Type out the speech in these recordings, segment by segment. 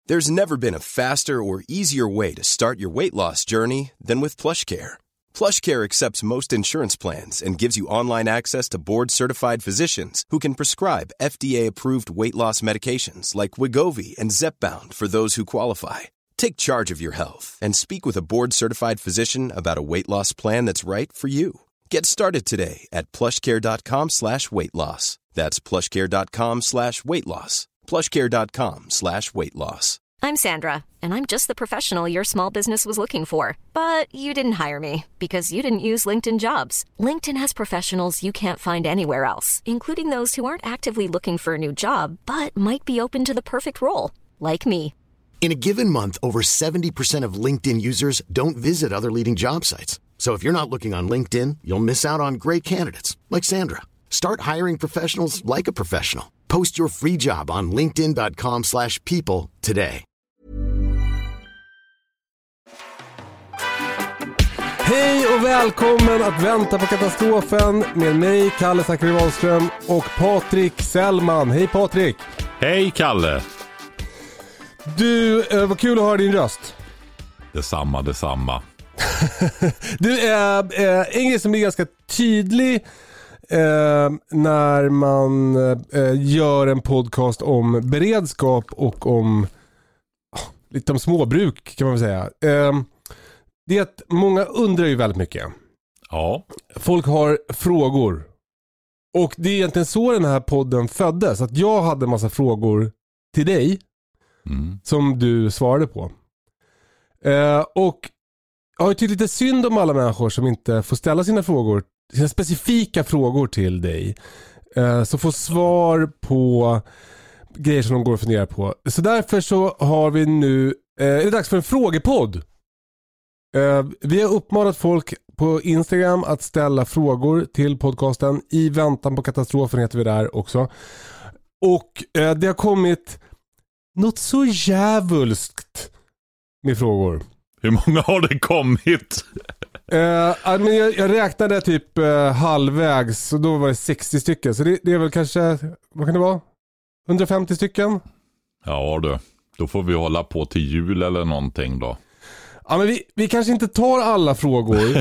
There's never been a faster or easier way to start your weight loss journey than with PlushCare. PlushCare accepts most insurance plans and gives you online access to board-certified physicians who can prescribe FDA-approved weight loss medications like Wegovy and Zepbound for those who qualify. Take charge of your health and speak with a board-certified physician about a weight loss plan that's right for you. Get started today at plushcare.com/weightloss. That's plushcare.com/weightloss. plushcare.com/weightloss. I'm Sandra, and I'm just the professional your small business was looking for. But you didn't hire me because you didn't use LinkedIn Jobs. LinkedIn has professionals you can't find anywhere else, including those who aren't actively looking for a new job, but might be open to the perfect role, like me. In a given month, over 70% of LinkedIn users don't visit other leading job sites. So if you're not looking on LinkedIn, you'll miss out on great candidates, like Sandra. Start hiring professionals like a professional. Post your free job on linkedin.com/people today. Hej och välkommen att vänta på katastrofen med mig, Kalle Zackari Wahlström, och Patrik Sellman. Hej Patrik! Hej Kalle! Du, vad kul att höra din röst. Detsamma. Du, en grej som är ganska tydlig när man gör en podcast om beredskap och om lite om småbruk kan man väl säga. Det är att många undrar ju väldigt mycket. Ja. Folk har frågor. Och det är egentligen så den här podden föddes. Att jag hade en massa frågor till dig som du svarade på. Och jag har ju tyckt lite synd om alla människor som inte får ställa sina specifika frågor till dig. Så får svar på grejer som de går och funderar på. Så därför så har vi nu, är det dags för en frågepodd. Vi har uppmanat folk på Instagram att ställa frågor till podcasten. I väntan på katastrofen heter vi där också. Och det har kommit något så jävulskt med frågor. Hur många har det kommit? Men jag räknade typ halvvägs, och då var det 60 stycken. Så det är väl kanske, vad kan det vara? 150 stycken? Ja du, då får vi hålla på till jul eller någonting då. Ja, men vi kanske inte tar alla frågor.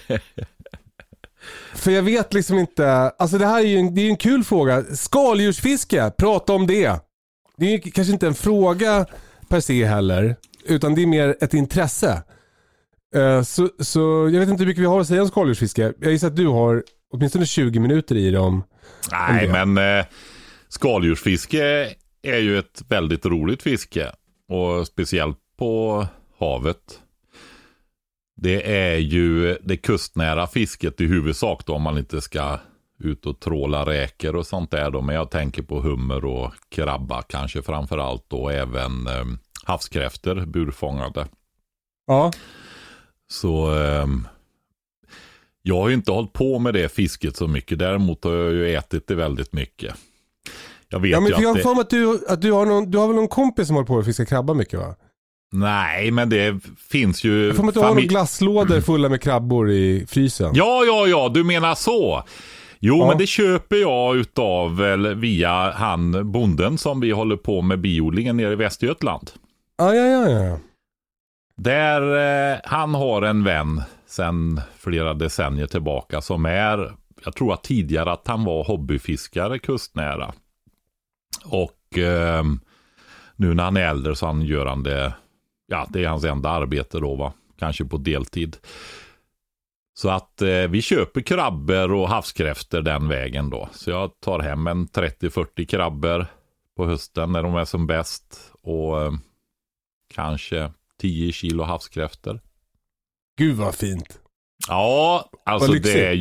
För jag vet liksom inte. Alltså det här är ju en kul fråga. Skaldjursfiske, prata om det. Det är kanske inte en fråga per se heller, utan det är mer ett intresse. Så jag vet inte hur mycket vi har att säga om skaldjursfiske. Jag gissar att du har åtminstone 20 minuter i dem. Nej, men skaldjursfiske är ju ett väldigt roligt fiske. Och speciellt på havet. Det är ju det kustnära fisket i huvudsak då, om man inte ska ut och tråla räkor och sånt där då. Men jag tänker på hummer och krabba kanske framförallt då, även havskräftor burfångade. Ja. Så jag har ju inte hållit på med det fisket så mycket. Däremot har jag ju ätit det väldigt mycket. Jag vet men ju jag får att du har väl någon kompis som håller på att fiska krabba mycket, va? Nej, men det finns ju... Jag får att du har några glasslådor fulla med krabbor i frysen. Ja, du menar så. Jo, men det köper jag utav via han bonden som vi håller på med biodlingen nere i Västergötland. Ja. Där han har en vän sedan flera decennier tillbaka som är, jag tror att tidigare att han var hobbyfiskare kustnära. Och nu när han är äldre så gör han det, ja, det är hans enda arbete då, va? Kanske på deltid. Så att vi köper krabbor och havskräftor den vägen då. Så jag tar hem en 30-40 krabbor på hösten när de är som bäst. Och kanske 10 kilo havskräftor. Gud vad fint. Ja, alltså det är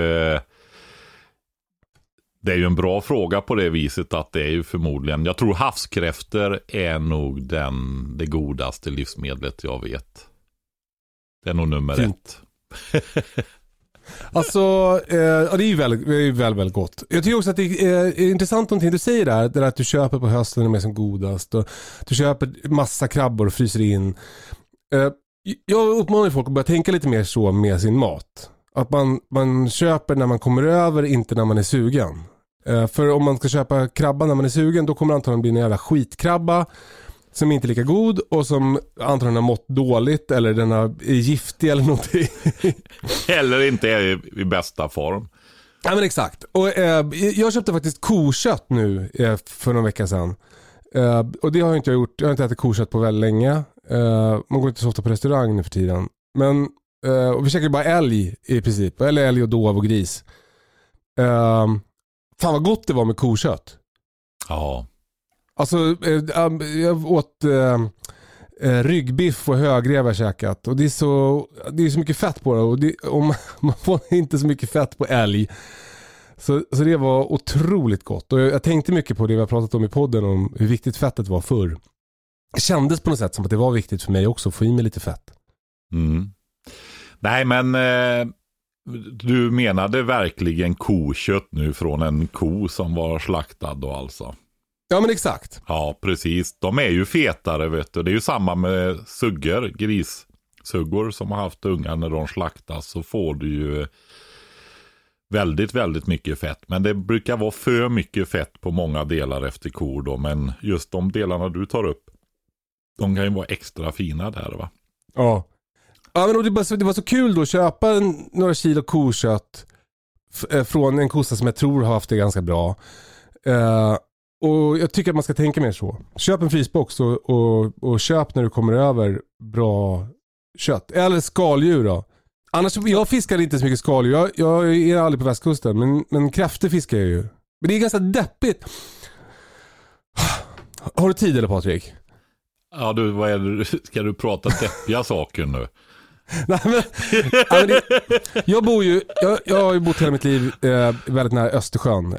ju en bra fråga på det viset att det är ju förmodligen, jag tror havskräftor är nog det godaste livsmedlet jag vet. Det är nog nummer fint. 1. Alltså, det är ju väldigt gott. Jag tycker också att det är intressant någonting du säger där. Det där att du köper på hösten när de är som godast. Och du köper massa krabbor och fryser in. Jag uppmanar folk att börja tänka lite mer så med sin mat. Att man köper när man kommer över, inte när man är sugen. För om man ska köpa krabba när man är sugen, då kommer det antagligen bli en jävla skitkrabba. som inte är lika god och som antagligen har mått dåligt eller den är giftig eller någonting. Eller inte är i bästa form. Ja men exakt. Och jag köpte faktiskt kokött nu för någon vecka sedan. Och det har jag inte gjort. Jag har inte ätit kokött på väldigt länge. Man går inte så ofta på restaurang nu för tiden. Men och vi käkade bara älg i princip. Eller älg och dov och gris. Fan vad gott det var med kokött. Ja. Alltså jag åt ryggbiff och högrev jag käkat. Och det är så mycket fett på det. Och man får inte så mycket fett på älg. Så det var otroligt gott. Och jag tänkte mycket på det vi har pratat om i podden. Om hur viktigt fettet var förr. Det kändes på något sätt som att det var viktigt för mig också att få i mig lite fett. Mm. Nej men du menade verkligen kokött nu från en ko som var slaktad då alltså? Ja men exakt. Ja precis, de är ju fetare vet du. Det är ju samma med suggor, grissuggor som har haft ungar när de slaktas så får du ju väldigt, väldigt mycket fett. Men det brukar vara för mycket fett på många delar efter kor då. Men just de delarna du tar upp, de kan ju vara extra fina där va? Ja. Ja men det var så kul då att köpa några kilo kokött från en kossa som jag tror har haft det ganska bra. Och jag tycker att man ska tänka mer så. Köp en frysbox och köp när du kommer över bra kött. Eller skaldjur då. Annars, jag fiskar inte så mycket skaldjur. Jag är aldrig på västkusten. Men kräftor fiskar jag ju. Men det är ganska deppigt. Har du tid eller Patrik? Ja du, vad är det? Ska du prata deppiga saker nu? Nej, men jag har ju bott hela mitt liv väldigt nära Östersjön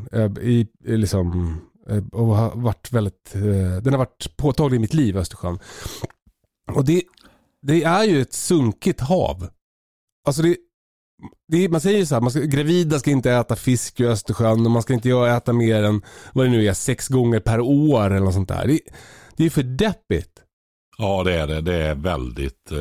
och har varit väldigt den har varit påtaglig i mitt liv, Östersjön. Och det är ju ett sunkigt hav. Alltså man säger ju så här, gravida ska inte äta fisk i Östersjön och man ska inte äta mer än vad det nu är 6 gånger per år eller något sånt där. Det är för deppigt. Ja, det är det. Det är väldigt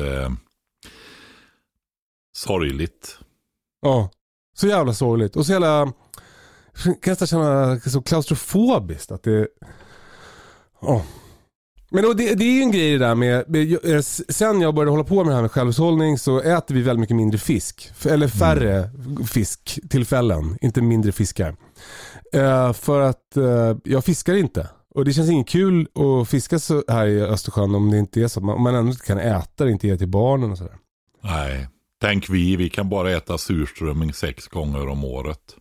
sorgligt. Ja, så jävla sorgligt. Och så jävla kan jag känna så klaustrofobiskt att det ja. Men då, det är ju en grej det där med sen jag började hålla på med det här med självhushållning så äter vi väldigt mycket mindre fisk. Eller färre fisktillfällen, inte mindre fiskar. För att jag fiskar inte. Och det känns inte kul att fiska så här i Östersjön om det inte är så. Om man ändå inte kan äta det, inte ge till barnen och sådär. Nej, tänk vi kan bara äta surströmming 6 gånger om året.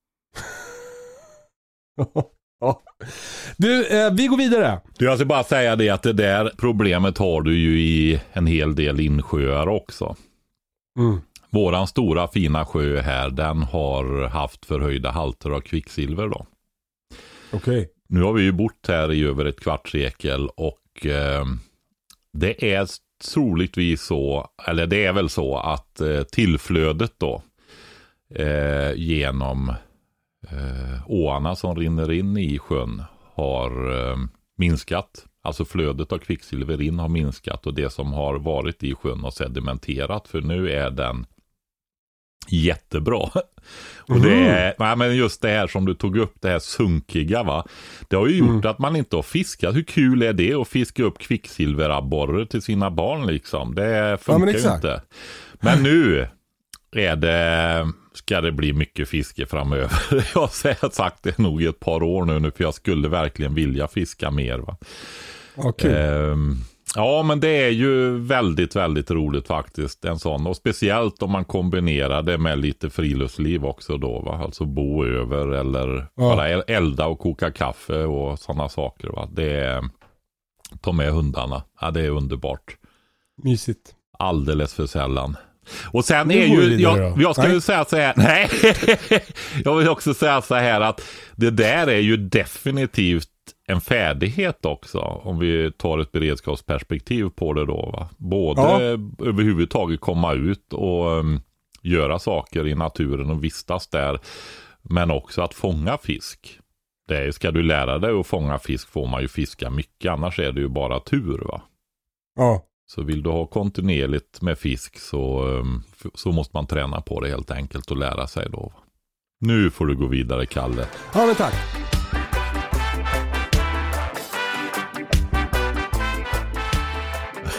Ja. Du, vi går vidare. Jag ska bara säga det att det där problemet har du ju i en hel del insjöar också. Våran stora fina sjö här, den har haft förhöjda halter av kvicksilver då. Okej. Nu har vi ju bott här i över ett kvartssekel och det är troligtvis så, eller det är väl så att tillflödet då genom åarna som rinner in i sjön har minskat. Alltså flödet av kvicksilver in har minskat och det som har varit i sjön har sedimenterat för nu är den jättebra. Och det är, men just det här som du tog upp, det här sunkiga va. Det har ju gjort att man inte har fiskat. Hur kul är det att fiska upp kvicksilverabborre till sina barn liksom? Det funkar ju inte. Men nu ska det bli mycket fiske framöver. Jag har sagt det nog i ett par år nu för jag skulle verkligen vilja fiska mer va. Okay. Ja men det är ju väldigt, väldigt roligt faktiskt en sån. Och speciellt om man kombinerar det med lite friluftsliv också då va. Alltså bo över eller bara elda och koka kaffe och sådana saker va. Ta med hundarna. Ja det är underbart. Mysigt. Alldeles för sällan. Och sen är ju, jag ska ju säga så här, nej, jag vill också säga så här att det där är ju definitivt en färdighet också, om vi tar ett beredskapsperspektiv på det då va. Både överhuvudtaget komma ut och göra saker i naturen och vistas där, men också att fånga fisk. Ska du lära dig att fånga fisk får man ju fiska mycket, annars är det ju bara tur va. Ja. Så vill du ha kontinuerligt med fisk så måste man träna på det helt enkelt och lära sig då. Nu får du gå vidare, Kalle. Ja, men tack.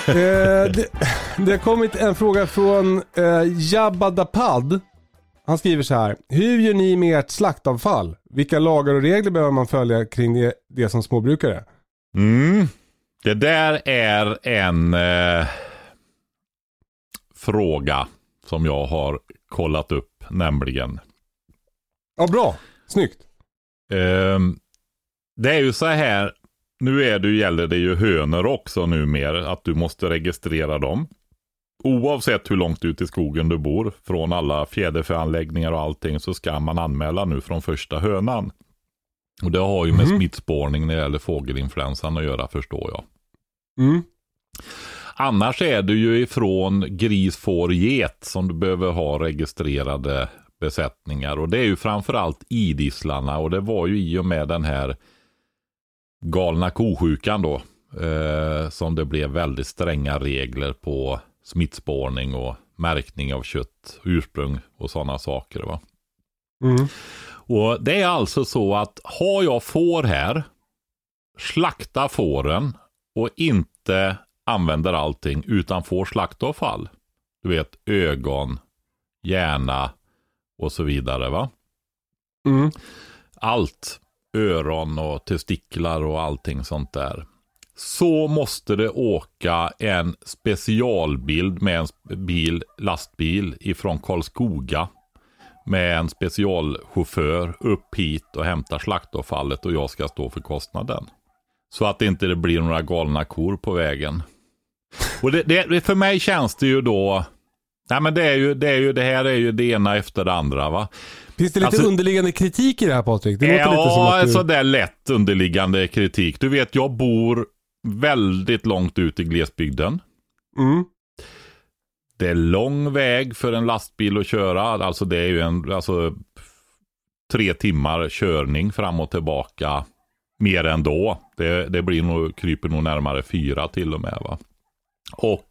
Det har kommit en fråga från Jabadapad. Han skriver så här: hur gör ni med ert slaktavfall? Vilka lagar och regler behöver man följa kring det som småbrukare? Det där är en fråga som jag har kollat upp, nämligen. Ja, bra. Snyggt. Det är ju så här, nu gäller det ju hönor också numera, att du måste registrera dem. Oavsett hur långt ut i skogen du bor, från alla fjäderfäanläggningar och allting, så ska man anmäla nu från första hönan. Och det har ju med smittspårning när det gäller fågelinfluensan att göra, förstår jag. Annars är det ju ifrån gris, får, get som du behöver ha registrerade besättningar. Och det är ju framförallt idisslarna, och det var ju i och med den här galna kosjukan då som det blev väldigt stränga regler på smittspårning och märkning av kött, ursprung och sådana saker, va. Och det är alltså så att har jag får här, slakta fåren och inte använder allting utan får slaktavfall. Du vet, ögon, hjärna och så vidare, va. Allt, öron och testiklar och allting sånt där. Så måste det åka en specialbild med en lastbil ifrån Karlskoga med en specialchaufför upp hit och hämta slaktavfallet, och jag ska stå för kostnaden. Så att det inte blir några galna kor på vägen. Och det för mig känns det ju då, nej men det här är ju det ena efter det andra, va. Finns det lite underliggande kritik i det här, Patrik? Det låter lite som att så det är lätt underliggande kritik. Du vet, jag bor väldigt långt ut i glesbygden. Det är lång väg för en lastbil att köra. Alltså det är ju 3 timmar körning fram och tillbaka. Mer än då. Det blir nog, kryper nog närmare 4 till och med, va. Och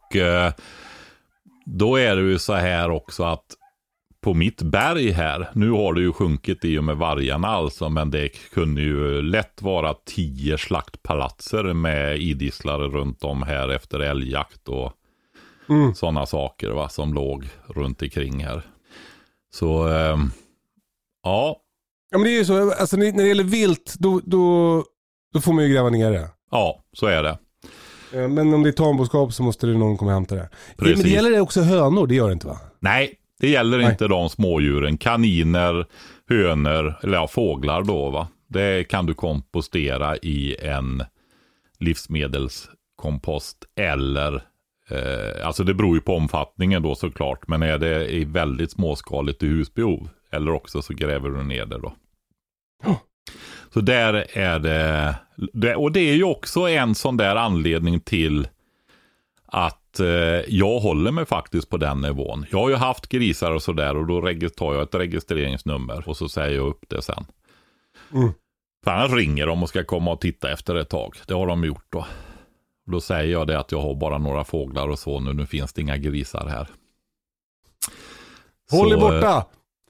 då är det ju så här också att på mitt berg här, nu har det ju sjunkit i och med vargarna alltså, men det kunde ju lätt vara 10 slaktpalatser med idisslare runt om här efter älgjakt och sådana saker, va, som låg runt omkring här. Så ja. Ja, men det är ju så, alltså när det gäller vilt då får man ju gräva ner det. Ja, så är det. Men om det är tamboskap så måste det någon komma och hämta det. Precis. Men det gäller det också hönor, det gör det inte, va? Nej, det gäller inte de smådjuren. Kaniner, hönor, eller fåglar då, va. Det kan du kompostera i en livsmedelskompost eller alltså det beror ju på omfattningen då såklart, men är det i väldigt småskaligt i husbehov eller också så gräver du ner det då. Så där är det, och det är ju också en sån där anledning till att jag håller mig faktiskt på den nivån. Jag har ju haft grisar och sådär, och då tar jag ett registreringsnummer och så säger jag upp det sen. För annars ringer de och ska komma och titta efter ett tag. Det har de gjort då. Då säger jag det att jag har bara några fåglar och så, nu finns det inga grisar här. Håll er borta!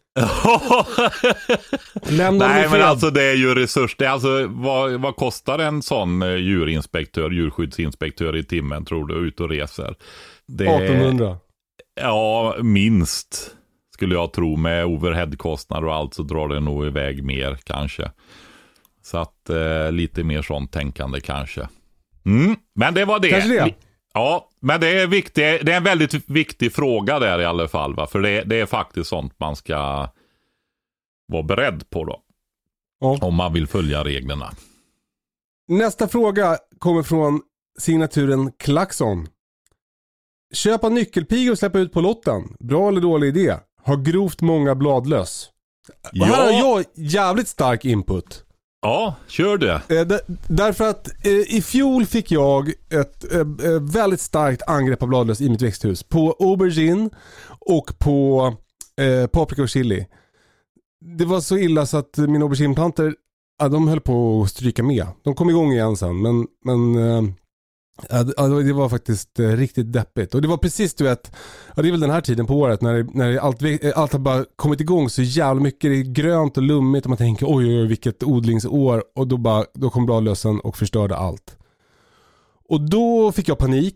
Nej, men alltså det är ju resurs. Det är alltså, vad kostar en sån djurskyddsinspektör i timmen, tror du, ut och reser? 1800. Ja, minst skulle jag tro. Med overheadkostnader och allt så drar det nog iväg mer kanske. Så att lite mer sånt tänkande kanske. Men det var det. Kanske det. Ja, men det är viktigt. Det är en väldigt viktig fråga där i alla fall, va? För det är faktiskt sånt man ska vara beredd på då. Ja. Om man vill följa reglerna. Nästa fråga kommer från signaturen Klaxon. Köpa nyckelpigor och släppa ut på lotten. Bra eller dålig idé? Har grovt många bladlöss. Ja. Här har jag jävligt stark input. Ja, kör det. Därför att i fjol fick jag ett väldigt starkt angrepp av bladlöss i mitt växthus. På aubergine och på paprika och chili. Det var så illa så att mina aubergineplantor, de höll på att stryka med. De kom igång igen sen, men det var faktiskt riktigt deppigt. Och det var precis, du vet, det är väl den här tiden på året när allt har bara kommit igång så jävla mycket. Det är grönt och lummigt och man tänker oj vilket odlingsår, och då kom bladlössen och förstörde allt. Och då fick jag panik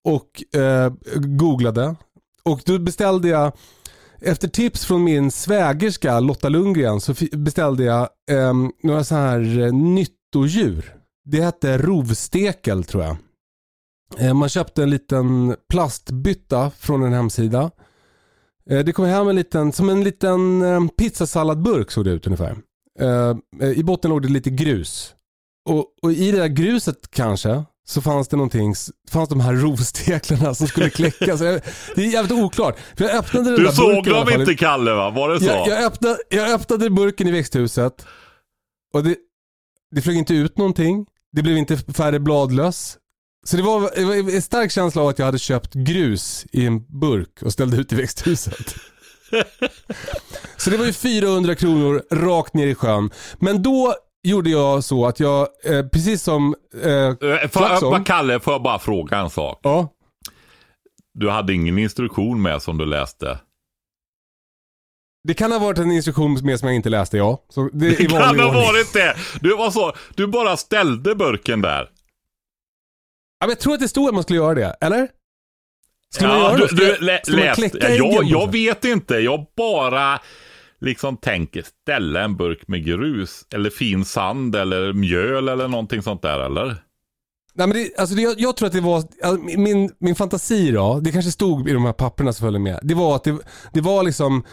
och googlade. Och då beställde jag, efter tips från min svägerska Lotta Lundgren, så beställde jag några så här nyttodjur. Det hette rovstekel, tror jag. Man köpte en liten plastbytta från en hemsida. Det kom hem som en liten pizzasalladburk, såg det ut ungefär. I botten låg det lite grus. Och i det där gruset kanske så fanns det fanns de här rovsteklarna som skulle kläckas. Det är jävligt oklart. För jag öppnade den du såg dem inte, Kalle, va? Var det så? Jag öppnade burken i växthuset och det flög inte ut någonting. Det blev inte färre bladlöss. Så det var en stark känsla av att jag hade köpt grus i en burk och ställde ut i växthuset. Så det var ju 400 kronor rakt ner i sjön. Men då gjorde jag så att jag, precis som Kalle, får jag bara fråga en sak? Ja. Du hade ingen instruktion med som du läste? Det kan ha varit en instruktion med som jag inte läste, ja. Så det kan ha varit det. Du bara ställde burken där. Ja, men jag tror att det stod att man skulle göra det, eller? Skulle man göra det? Jag vet inte. Jag bara liksom tänker ställa en burk med grus eller fin sand eller mjöl eller någonting sånt där, eller? Nej, men jag tror att det var min fantasi då, det kanske stod i de här papperna som följde med. Det var att det var liksom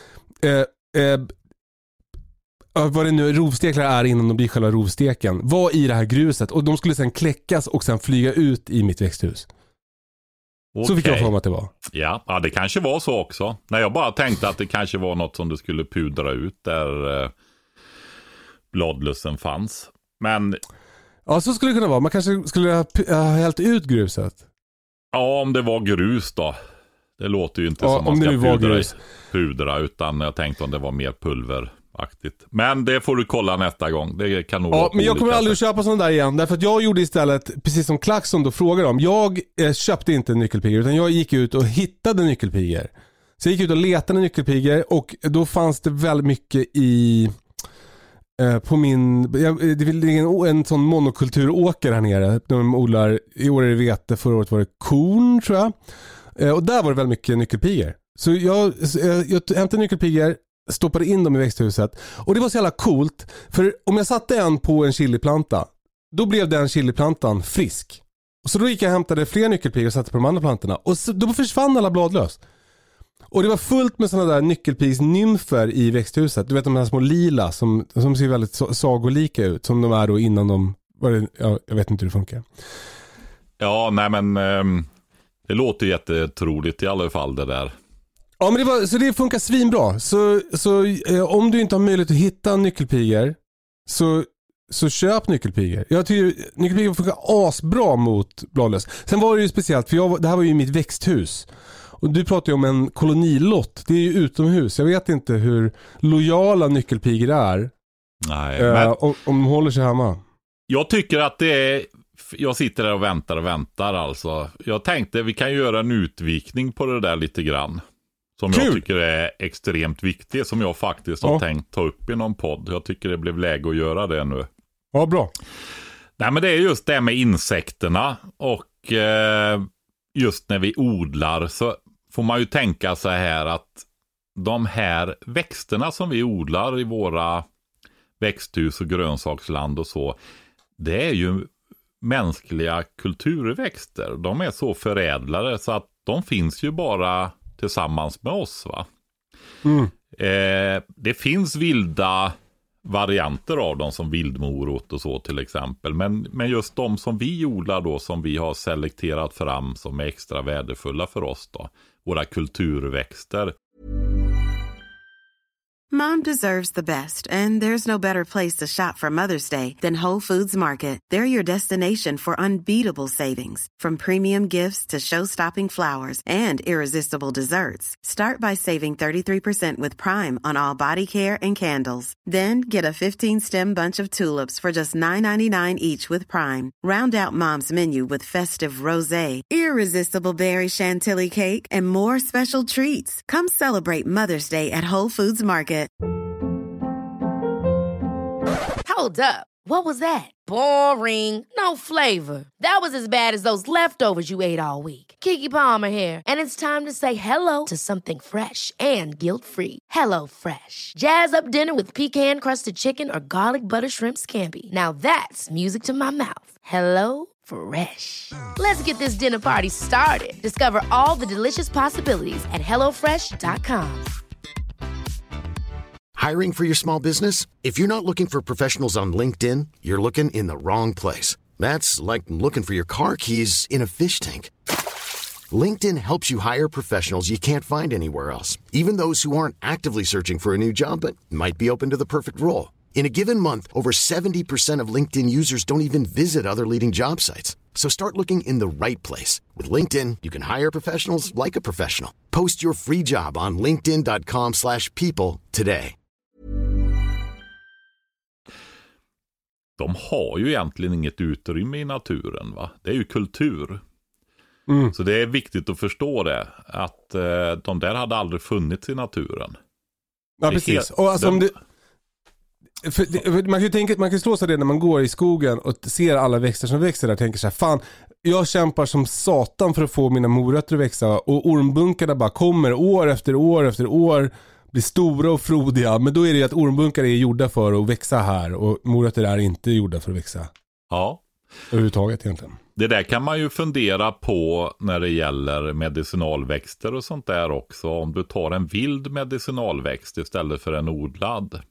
vad det nu rovsteklar är innan de blir själva rovsteken, var i det här gruset och de skulle sen kläckas och sen flyga ut i mitt växthus. Okay. Så fick jag för mig att det var. Ja, det kanske var så också. Nej, jag bara tänkte att det kanske var något som du skulle pudra ut där bladlössen fanns. Men ja, så skulle det kunna vara. Man kanske skulle ha hällt ut gruset. Ja, om det var grus då. Det låter ju inte som man ska pudra, utan jag tänkte om det var mer pulveraktigt. Men det får du kolla nästa gång. Det kan nog vara. Men jag kommer aldrig att köpa sådana där igen. Därför att jag gjorde istället, precis som Klaxon då frågade om. Jag köpte inte nyckelpigor, utan jag gick ut och hittade nyckelpigor. Så jag gick ut och letade nyckelpigor, och då fanns det väldigt mycket i på min, det ligger en sån monokulturåker här nere. De odlar, i år är det vete, förra året var det korn, tror jag. Och där var det väldigt mycket nyckelpigor. Så jag hämtade nyckelpigor, stoppade in dem i växthuset. Och det var så jävla coolt. För om jag satte en på en chiliplanta, då blev den chiliplantan frisk. Och så då gick jag och hämtade fler nyckelpigor och satte på de andra plantorna. Och så, då försvann alla bladlös. Och det var fullt med sådana där nyckelpigsnymfer i växthuset. Du vet, de här små lila som ser väldigt sagolika ut. Som de är då innan de... jag vet inte hur det funkar. Ja, nej men... det låter jättetroligt i alla fall, det där. Ja, men så det funkar svinbra. Så om du inte har möjlighet att hitta nyckelpigor, så köp nyckelpigor. Jag tycker nyckelpigor funkar asbra mot bladlöss. Sen var det ju speciellt, för det här var ju mitt växthus. Och du pratar ju om en kolonilott. Det är ju utomhus. Jag vet inte hur lojala nyckelpigor är. Nej, men... om de håller sig hemma. Jag tycker att det är... Jag sitter där och väntar alltså. Jag tänkte vi kan göra en utvikning på det där lite grann. Som jag tycker är extremt viktig. Som jag faktiskt har tänkt ta upp i någon podd. Jag tycker det blev läge att göra det nu. Ja, bra. Nej, men det är just det med insekterna. Och just när vi odlar så får man ju tänka så här att de här växterna som vi odlar i våra växthus och grönsaksland och så, det är ju mänskliga kulturväxter. De är så förädlade så att de finns ju bara tillsammans med oss, va? Det finns vilda varianter av dem som vildmorot och så till exempel. Men just de som vi odlar då, som vi har selekterat fram som är extra värdefulla för oss då. Våra kulturväxter. Mom deserves the best, and there's no better place to shop for Mother's Day than Whole Foods Market. They're your destination for unbeatable savings, from premium gifts to show-stopping flowers and irresistible desserts. Start by saving 33% with Prime on all body care and candles. Then get a 15-stem bunch of tulips for just $9.99 each with Prime. Round out Mom's menu with festive rosé, irresistible berry chantilly cake, and more special treats. Come celebrate Mother's Day at Whole Foods Market. Hold up. What was that? Boring. No flavor. That was as bad as those leftovers you ate all week. Keke Palmer here, and it's time to say hello to something fresh and guilt-free. Hello Fresh. Jazz up dinner with pecan-crusted chicken or garlic butter shrimp scampi. Now that's music to my mouth. Hello Fresh. Let's get this dinner party started. Discover all the delicious possibilities at hellofresh.com. Hiring for your small business? If you're not looking for professionals on LinkedIn, you're looking in the wrong place. That's like looking for your car keys in a fish tank. LinkedIn helps you hire professionals you can't find anywhere else, even those who aren't actively searching for a new job but might be open to the perfect role. In a given month, over 70% of LinkedIn users don't even visit other leading job sites. So start looking in the right place. With LinkedIn, you can hire professionals like a professional. Post your free job on linkedin.com/people today. De har ju egentligen inget utrymme i naturen, va? Det är ju kultur. Så det är viktigt att förstå det. Att de där hade aldrig funnits i naturen. Ja, precis. Och alltså om det... man kan slå sig det när man går i skogen och ser alla växter som växer där och tänker så här, fan, jag kämpar som satan för att få mina morötter att växa och ormbunkarna bara kommer år efter år efter år, blir stora och frodiga, men då är det ju att ormbunkar är gjorda för att växa här och morötter är inte gjorda för att växa. Ja. Överhuvudtaget egentligen. Det där kan man ju fundera på när det gäller medicinalväxter och sånt där också. Om du tar en vild medicinalväxt istället för en odlad.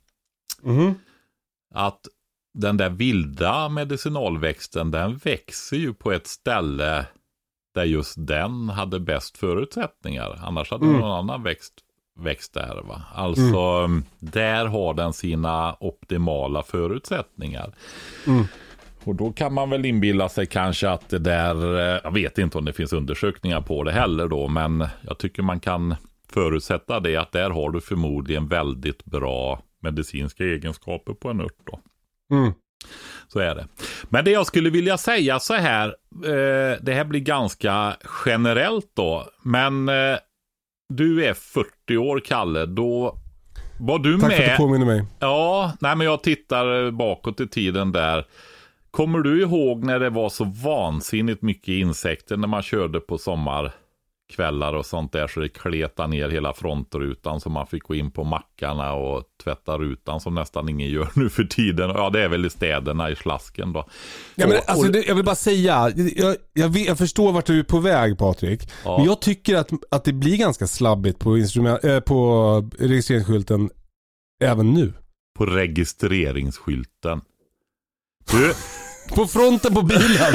Att den där vilda medicinalväxten, den växer ju på ett ställe där just den hade bäst förutsättningar. Annars hade någon annan växt där, va? Alltså där har den sina optimala förutsättningar. Och då kan man väl inbilla sig kanske att det där, jag vet inte om det finns undersökningar på det heller då, men jag tycker man kan förutsätta det, att där har du förmodligen väldigt bra medicinska egenskaper på en ört då. Så är det. Men det jag skulle vilja säga så här, det här blir ganska generellt då, men du är 40 år, Kalle, då var du Tack med. Tack för att du påminner mig. Ja, nej, men jag tittar bakåt i tiden där. Kommer du ihåg när det var så vansinnigt mycket insekter när man körde på sommarkvällar och sånt där, så det kletade ner hela frontrutan så man fick gå in på mackarna och tvätta rutan som nästan ingen gör nu för tiden. Ja, det är väl i städerna i slasken då. Ja, men alltså, jag vill bara säga, jag förstår vart du är på väg, Patrik. Ja. Men jag tycker att det blir ganska slabbigt på på registreringsskylten även nu. På registreringsskylten. Du... på fronten på bilen.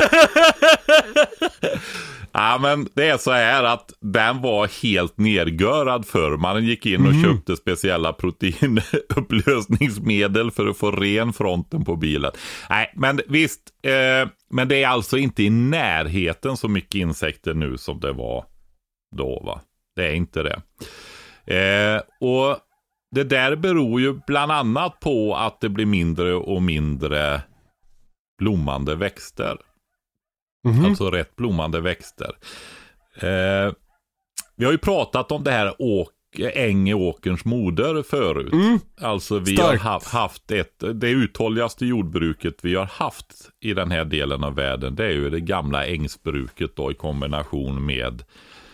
Ja, men det är så här att den var helt nergörad för. Man gick in och köpte speciella proteinupplösningsmedel för att få ren fronten på bilen. Nej, men visst, men det är alltså inte i närheten så mycket insekter nu som det var då, va? Det är inte det. Och det där beror ju bland annat på att det blir mindre och mindre blommande växter. Alltså rätt blommande växter. Vi har ju pratat om det här äng i åkerns moder förut. Alltså vi har haft det uthålligaste jordbruket vi har haft i den här delen av världen. Det är ju det gamla ängsbruket då, i kombination med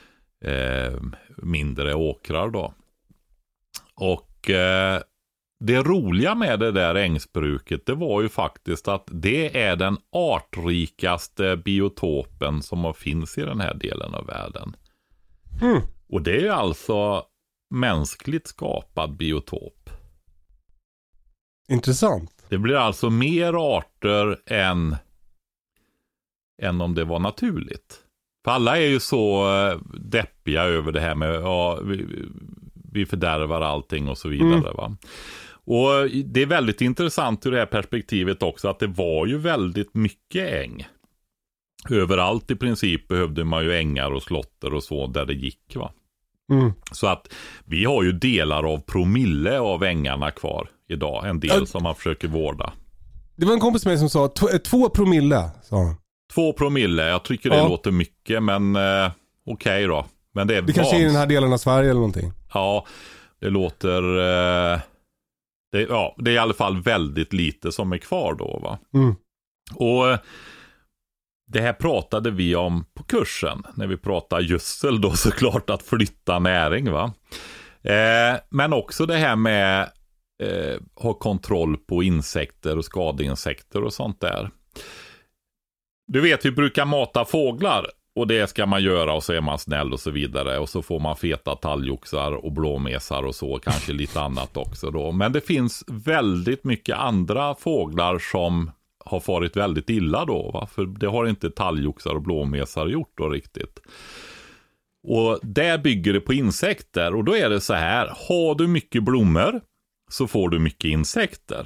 mindre åkrar då. Och det roliga med det där ängsbruket, det var ju faktiskt att det är den artrikaste biotopen som finns i den här delen av världen. Och det är alltså mänskligt skapad biotop. Intressant. Det blir alltså mer arter än om det var naturligt. För alla är ju så deppiga över det här med vi fördärvar allting och så vidare, va? Och det är väldigt intressant ur det här perspektivet också att det var ju väldigt mycket äng. Överallt i princip behövde man ju ängar och slotter och så där det gick, va? Så att vi har ju delar av promille av ängarna kvar idag. En del som man försöker vårda. Det var en kompis med mig som sa 2 promille, sa han. 2 promille, jag tycker det låter mycket, men okej då. Men det kanske är i den här delen av Sverige eller någonting. Ja, det låter Det är i alla fall väldigt lite som är kvar då, va? Och det här pratade vi om på kursen när vi pratade gödsel då, såklart, att flytta näring, va? Men också det här med ha kontroll på insekter och skadeinsekter och sånt där. Du vet, vi brukar mata fåglar och det ska man göra och så är man snäll och så vidare. Och så får man feta talgoxar och blåmesar och så, kanske lite annat också då. Men det finns väldigt mycket andra fåglar som har farit väldigt illa då, va? För det har inte talgoxar och blåmesar gjort då riktigt. Och där bygger det på insekter. Och då är det så här, har du mycket blommor så får du mycket insekter.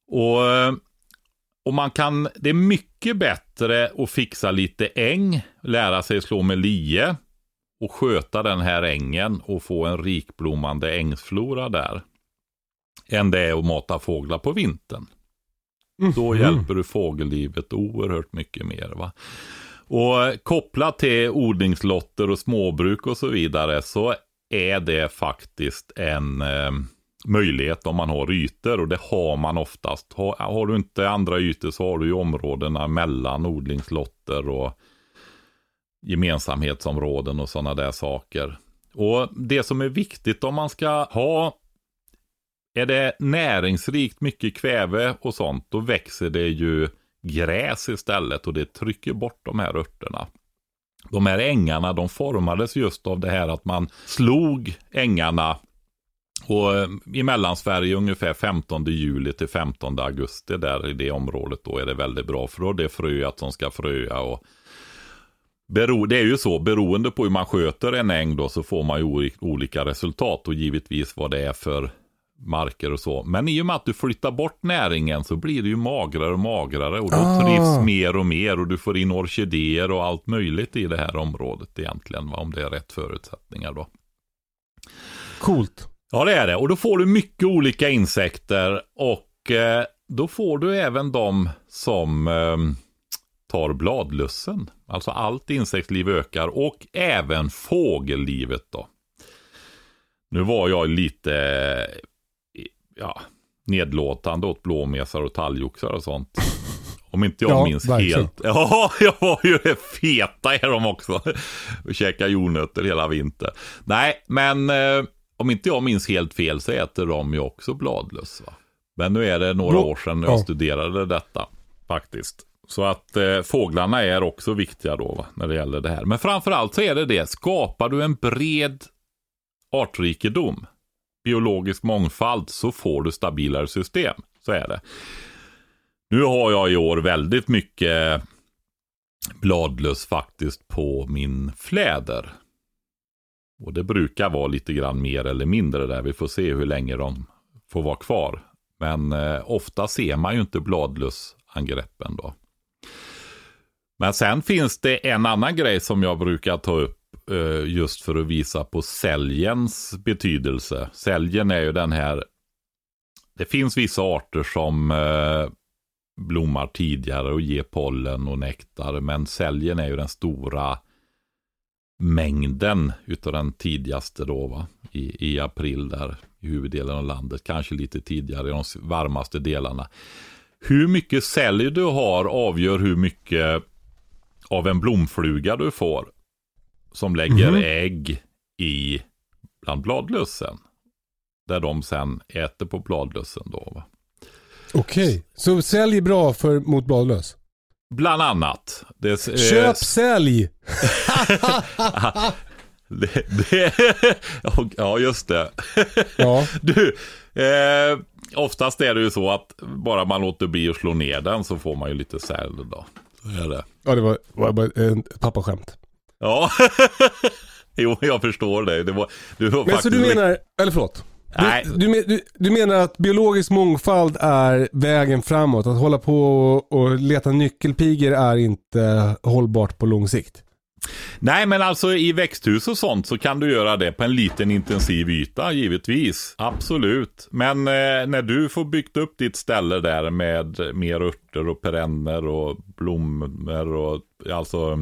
Och man kan, det är mycket bättre att fixa lite äng, lära sig slå med lie och sköta den här ängen och få en rikblommande ängsflora där, än det är att mata fåglar på vintern. Då hjälper du fågellivet oerhört mycket mer, va? Och kopplat till odlingslotter och småbruk och så vidare, så är det faktiskt en möjlighet om man har ytor, och det har man oftast. Har du inte andra ytor så har du ju områdena mellan odlingslotter och gemensamhetsområden och sådana där saker. Och det som är viktigt om man ska ha, är det näringsrikt, mycket kväve och sånt, då växer det ju gräs istället och det trycker bort de här örterna. De här ängarna, de formades just av det här att man slog ängarna, och i Mellansverige ungefär 15 juli till 15 augusti där i det området, då är det väldigt bra, för då är det fröat som ska fröa. Och det är ju så, beroende på hur man sköter en äng då, så får man ju olika resultat, och givetvis vad det är för marker och så. Men i och med att du flyttar bort näringen så blir det ju magrare och magrare, och då trivs mer och mer, och du får in orkidéer och allt möjligt i det här området egentligen, va? Om det är rätt förutsättningar då. Coolt. Ja, det är det. Och då får du mycket olika insekter, och då får du även de som tar bladlussen. Alltså allt insektsliv ökar, och även fågellivet då. Nu var jag lite nedlåtande åt blåmesar och talgoxar och sånt. Om inte jag minns verkligen helt. Ja, jag var ju feta är de också. Och käka jordnötter hela vintern. Nej, men om inte jag minns helt fel så äter de ju också bladlöss, va? Men nu är det några år sedan jag studerade detta faktiskt. Så att fåglarna är också viktiga då, va, när det gäller det här. Men framförallt så är det, skapar du en bred artrikedom, biologisk mångfald, så får du stabilare system. Så är det. Nu har jag i år väldigt mycket bladlöss faktiskt på min fläder. Och det brukar vara lite grann mer eller mindre där. Vi får se hur länge de får vara kvar. Men ofta ser man ju inte bladlössangreppen då. Men sen finns det en annan grej som jag brukar ta upp just för att visa på sälgens betydelse. Sälgen är ju den här, det finns vissa arter som blommar tidigare och ger pollen och nektar, men sälgen är ju den stora mängden utav den tidigaste då, va? I april där i huvuddelen av landet, kanske lite tidigare i de varmaste delarna. Hur mycket sälj du har avgör hur mycket av en blomfluga du får som lägger ägg i bland bladlössen, där de sen äter på bladlössen då, va? Okej, så sälj är bra mot bladlöss? Bland annat. Köp sälj! Ja, just det. Ja. Du, oftast är det ju så att bara man låter bli att slå ner den så får man ju lite sälj då. Så är det. Ja, det var bara en pappaskämt. Ja, jo, jag förstår det. Du var men faktiskt... så du menar, eller förlåt. Du menar att biologisk mångfald är vägen framåt? Att hålla på och leta nyckelpigor är inte hållbart på lång sikt? Nej, men alltså i växthus och sånt så kan du göra det på en liten intensiv yta, givetvis. Absolut. Men när du får byggt upp ditt ställe där med mer örter och perenner och blommor och alltså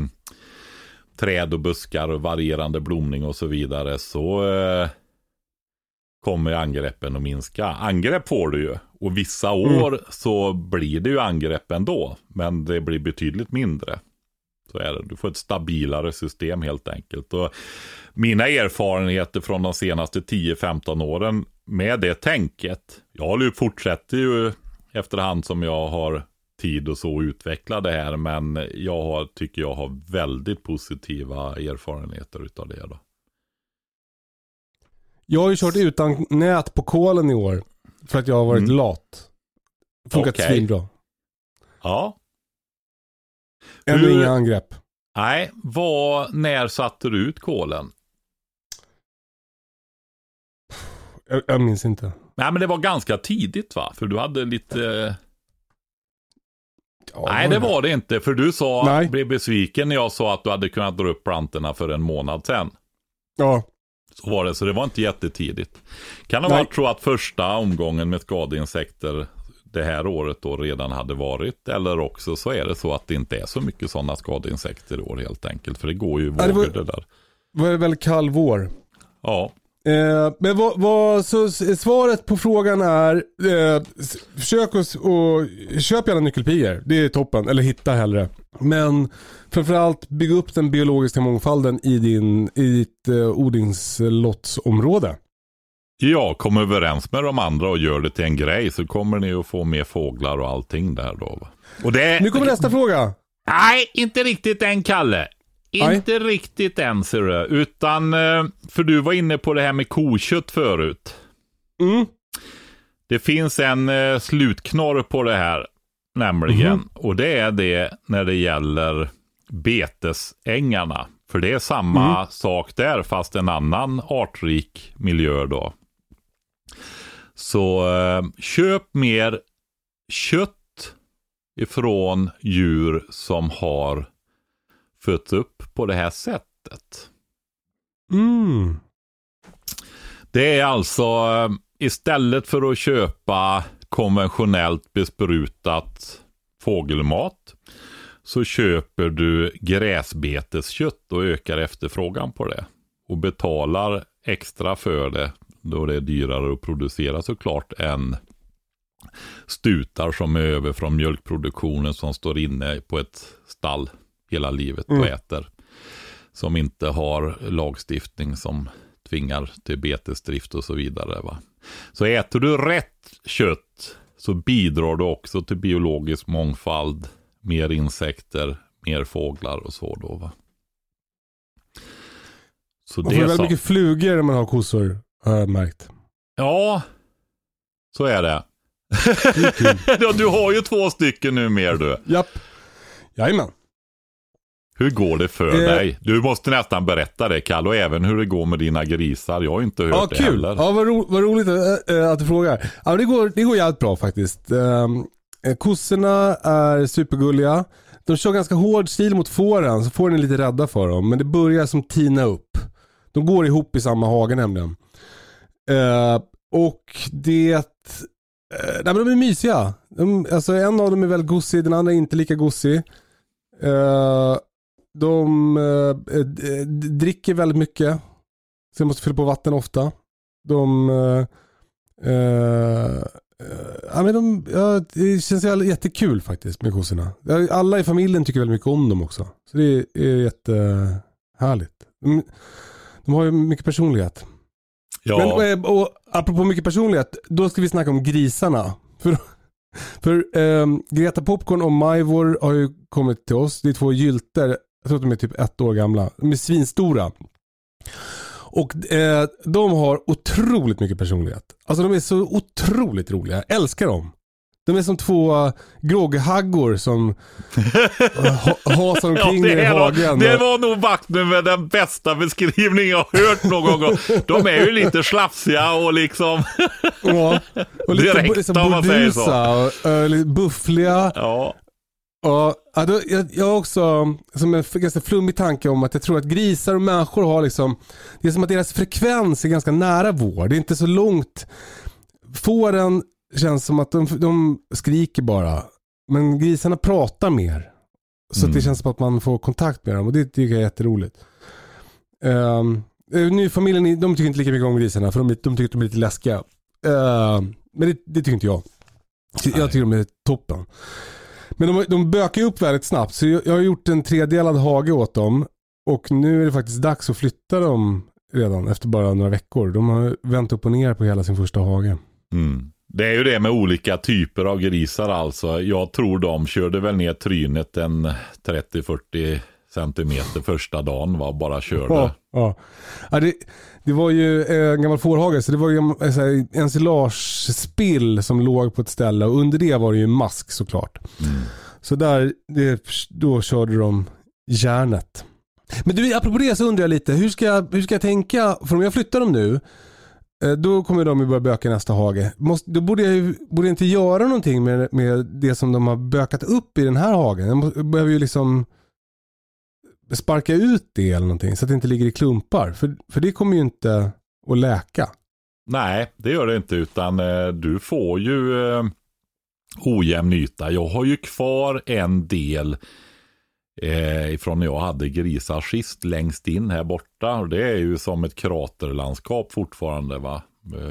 träd och buskar och varierande blomning och så vidare, så kommer angreppen att minska. Angrepp får du ju. Och vissa år så blir det ju angrepp ändå. Men det blir betydligt mindre. Så är det. Du får ett stabilare system helt enkelt. Och mina erfarenheter från de senaste 10-15 åren med det tänket. Jag fortsätter ju efterhand som jag har tid och så utveckla det här. Men tycker jag har väldigt positiva erfarenheter utav det då. Jag har ju kört utan nät på kolen i år. För att jag har varit lat. Funkat svinbra. Ja. Ändå inga angrepp. Nej, när satte du ut kolen? Jag minns inte. Nej, men det var ganska tidigt va? För du hade lite... Ja, nej, det var det inte. För du blev besviken när jag sa att du hade kunnat dra upp plantorna för en månad sedan. Ja. Så var det, så det var inte jättetidigt. Kan det vara så att första omgången med skadeinsekter det här året då redan hade varit, eller också så är det så att det inte är så mycket sådana skadeinsekter i år helt enkelt, för det går ju vågor det där. Det var väl kall vår. Ja. Men så svaret på frågan är försök och köp gärna nyckelpigor. Det är toppen, eller hitta hellre. Men framförallt bygga upp den biologiska mångfalden i ditt odlingslottsområde. Ja, kom överens med de andra och gör det till en grej, så kommer ni att få mer fåglar och allting där då. Och nu kommer nästa fråga. Nej, inte riktigt än, Kalle. Inte riktigt än, ser du. Utan, för du var inne på det här med kokött förut. Det finns en slutknorr på det här, nämligen. Och det är det när det gäller betesängarna. För det är samma sak där, fast en annan artrik miljö då. Så köp mer kött ifrån djur som har fötts upp på det här sättet. Det är alltså istället för att köpa konventionellt besprutat fågelmat, så köper du gräsbeteskött och ökar efterfrågan på det. Och betalar extra för det, då det är dyrare att producera såklart än stutar som är över från mjölkproduktionen som står inne på ett stall hela livet och äter. Som inte har lagstiftning som tvingar till betesdrift och så vidare. Va? Så äter du rätt kött så bidrar du också till biologisk mångfald. Mer insekter, mer fåglar och så då, va? Så man får väldigt mycket flugor när man har kossor, har jag märkt. Ja, så är det. Du har ju 2 stycken nu mer du. Japp. Jajamän. Hur går det för dig? Du måste nästan berätta det, Kalle, och även hur det går med dina grisar. Jag har inte hört det heller. Ja, vad roligt att du frågar. Ja, det går jävligt bra faktiskt. Kossorna är supergulliga. De kör ganska hård stil mot fåren, så får ni lite rädda för dem. Men det börjar som tina upp. De går ihop i samma hage nämligen. Och nej, men de är mysiga. Alltså en av dem är väldigt gossig, den andra är inte lika gossig. De dricker väldigt mycket. Så jag måste fylla på vatten ofta. Det känns jättekul faktiskt med kossorna. Alla i familjen tycker väldigt mycket om dem också. Så det är jättehärligt. De har ju mycket personlighet. Ja. Men, och apropå mycket personlighet, då ska vi snacka om grisarna. För Greta Popcorn och Majvor har ju kommit till oss. Det är 2 gylter. Jag tror att de är typ 1 år gamla. De är svinstora. Och de har otroligt mycket personlighet. Alltså de är så otroligt roliga. Jag älskar dem. De är som 2 grogghaggor som hasar omkring i hagen. Det var nog vakten med den bästa beskrivningen jag har hört någon gång. De är ju lite slafsiga och liksom ja, och lite direkt om man säger så. Och lite buffliga. Ja. Och jag har också som en ganska flummig tanke om att jag tror att grisar och människor har liksom, det är som att deras frekvens är ganska nära vår. Det är inte så långt. Fåren känns som att de skriker bara. Men grisarna pratar mer. Så att det känns som att man får kontakt med dem. Och det tycker jag är jätteroligt. Nu familjen, de tycker inte lika mycket om grisarna för de tycker att de är lite läskiga. Men det tycker inte jag. Jag tycker de är toppen. Men de bökar upp väldigt snabbt. Så jag har gjort en 3-delad hage åt dem. Och nu är det faktiskt dags att flytta dem redan efter bara några veckor. De har vänt upp och ner på hela sin första hage. Mm. Det är ju det med olika typer av grisar alltså. Jag tror de körde väl ner trynet en 30-40 centimeter första dagen, bara körde. Ja, det var ju en gammal fårhage, så det var ju en ensilagespill som låg på ett ställe och under det var det ju mask såklart. Så då körde de järnet. Men du, apropå det så undrar jag lite, hur ska jag tänka, för om jag flyttar dem nu då kommer de ju börja böka nästa hage. Då borde jag inte göra någonting med det som de har bökat upp i den här hagen. Jag behöver ju liksom sparka ut det eller någonting så att det inte ligger i klumpar. För det kommer ju inte att läka. Nej, det gör det inte, utan du får ju ojämn yta. Jag har ju kvar en del ifrån när jag hade grisar sist längst in här borta. Och det är ju som ett kraterlandskap fortfarande, va?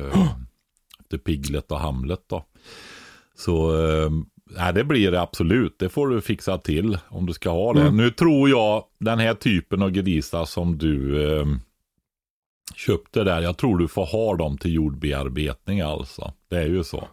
Efter Piglet och Hamlet då. Så det blir det absolut. Det får du fixa till om du ska ha det. Nu tror jag den här typen av grisar som du köpte där, jag tror du får ha dem till jordbearbetning alltså. Det är ju så.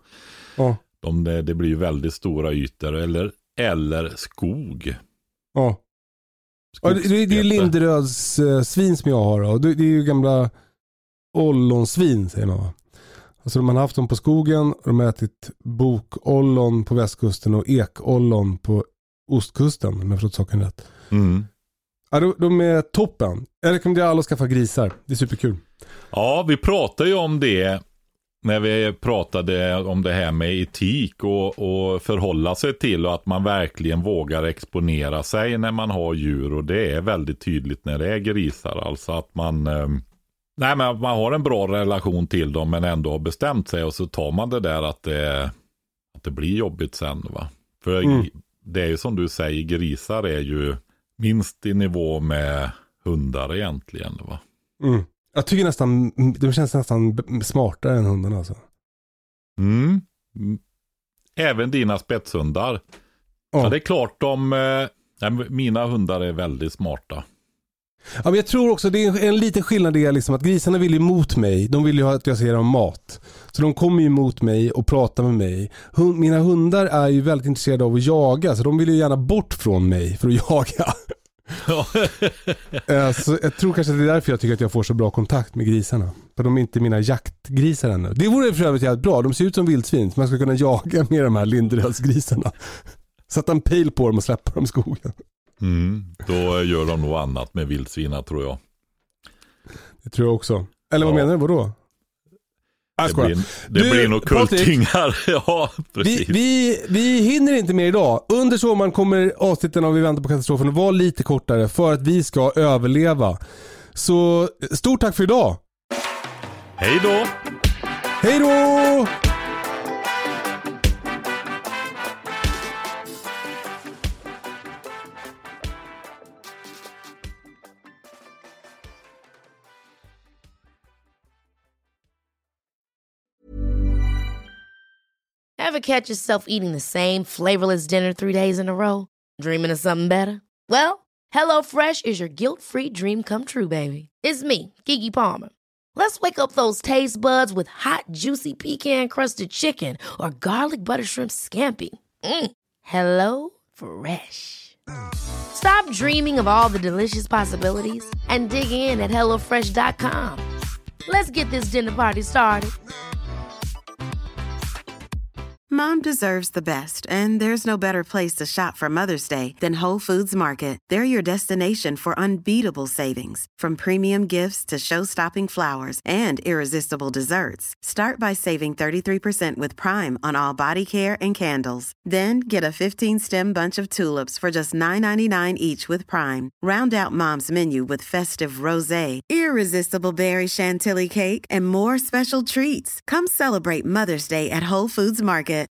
Det blir ju väldigt stora ytor eller skog. Ja. Det är ju Linderöds svin som jag har då. Det är ju gamla ollonsvin säger man, va? Alltså de har haft dem på skogen och de har ätit bokollon på västkusten och ekollon på ostkusten, om jag har förstått saken rätt. Ja, de är toppen. Jag rekommenderar alla att skaffa grisar. Det är superkul. Ja, vi pratade ju om det när vi pratade om det här med etik och förhålla sig till, och att man verkligen vågar exponera sig när man har djur, och det är väldigt tydligt när det är grisar, alltså att man har en bra relation till dem men ändå har bestämt sig, och så tar man det där att det blir jobbigt sen, va? För det är ju som du säger, grisar är ju minst i nivå med hundar egentligen, va? Jag tycker nästan, de känns nästan smartare än hundarna alltså. Även dina spetshundar. Ja, det är klart mina hundar är väldigt smarta. Ja, men jag tror också det är en liten skillnad det är liksom att grisarna vill ju mot mig. De vill ju att jag ska ge dem mat. Så de kommer ju mot mig och pratar med mig. Mina hundar är ju väldigt intresserade av att jaga, så de vill ju gärna bort från mig för att jaga. Så jag tror kanske att det är därför jag tycker att jag får så bra kontakt med grisarna. För de är inte mina jaktgrisar ännu. Det vore för övrigt jävligt bra. De ser ut som vildsvin, så man ska kunna jaga med de här Linderödsgrisarna. Sätta en pejl på dem och släppa dem i skogen. Då gör de nog annat med vildsvina, tror jag. Det tror jag också. Eller vad menar du? Vadå? Det blir nog kultingar. Ja, precis. Vi hinner inte mer idag. Under sommaren kommer avsnitten av Vi väntar på katastrofen att vara lite kortare för att vi ska överleva. Så stort tack för idag. Hej då. Hej då. Ever catch yourself eating the same flavorless dinner 3 days in a row? Dreaming of something better? Well, HelloFresh is your guilt-free dream come true, baby. It's me, Keke Palmer. Let's wake up those taste buds with hot, juicy pecan-crusted chicken or garlic butter shrimp scampi. Hello Fresh. Stop dreaming of all the delicious possibilities and dig in at HelloFresh.com. Let's get this dinner party started. Mom deserves the best, and there's no better place to shop for Mother's Day than Whole Foods Market. They're your destination for unbeatable savings, from premium gifts to show-stopping flowers and irresistible desserts. Start by saving 33% with Prime on all body care and candles. Then get a 15-stem bunch of tulips for just $9.99 each with Prime. Round out Mom's menu with festive rosé, irresistible berry chantilly cake, and more special treats. Come celebrate Mother's Day at Whole Foods Market.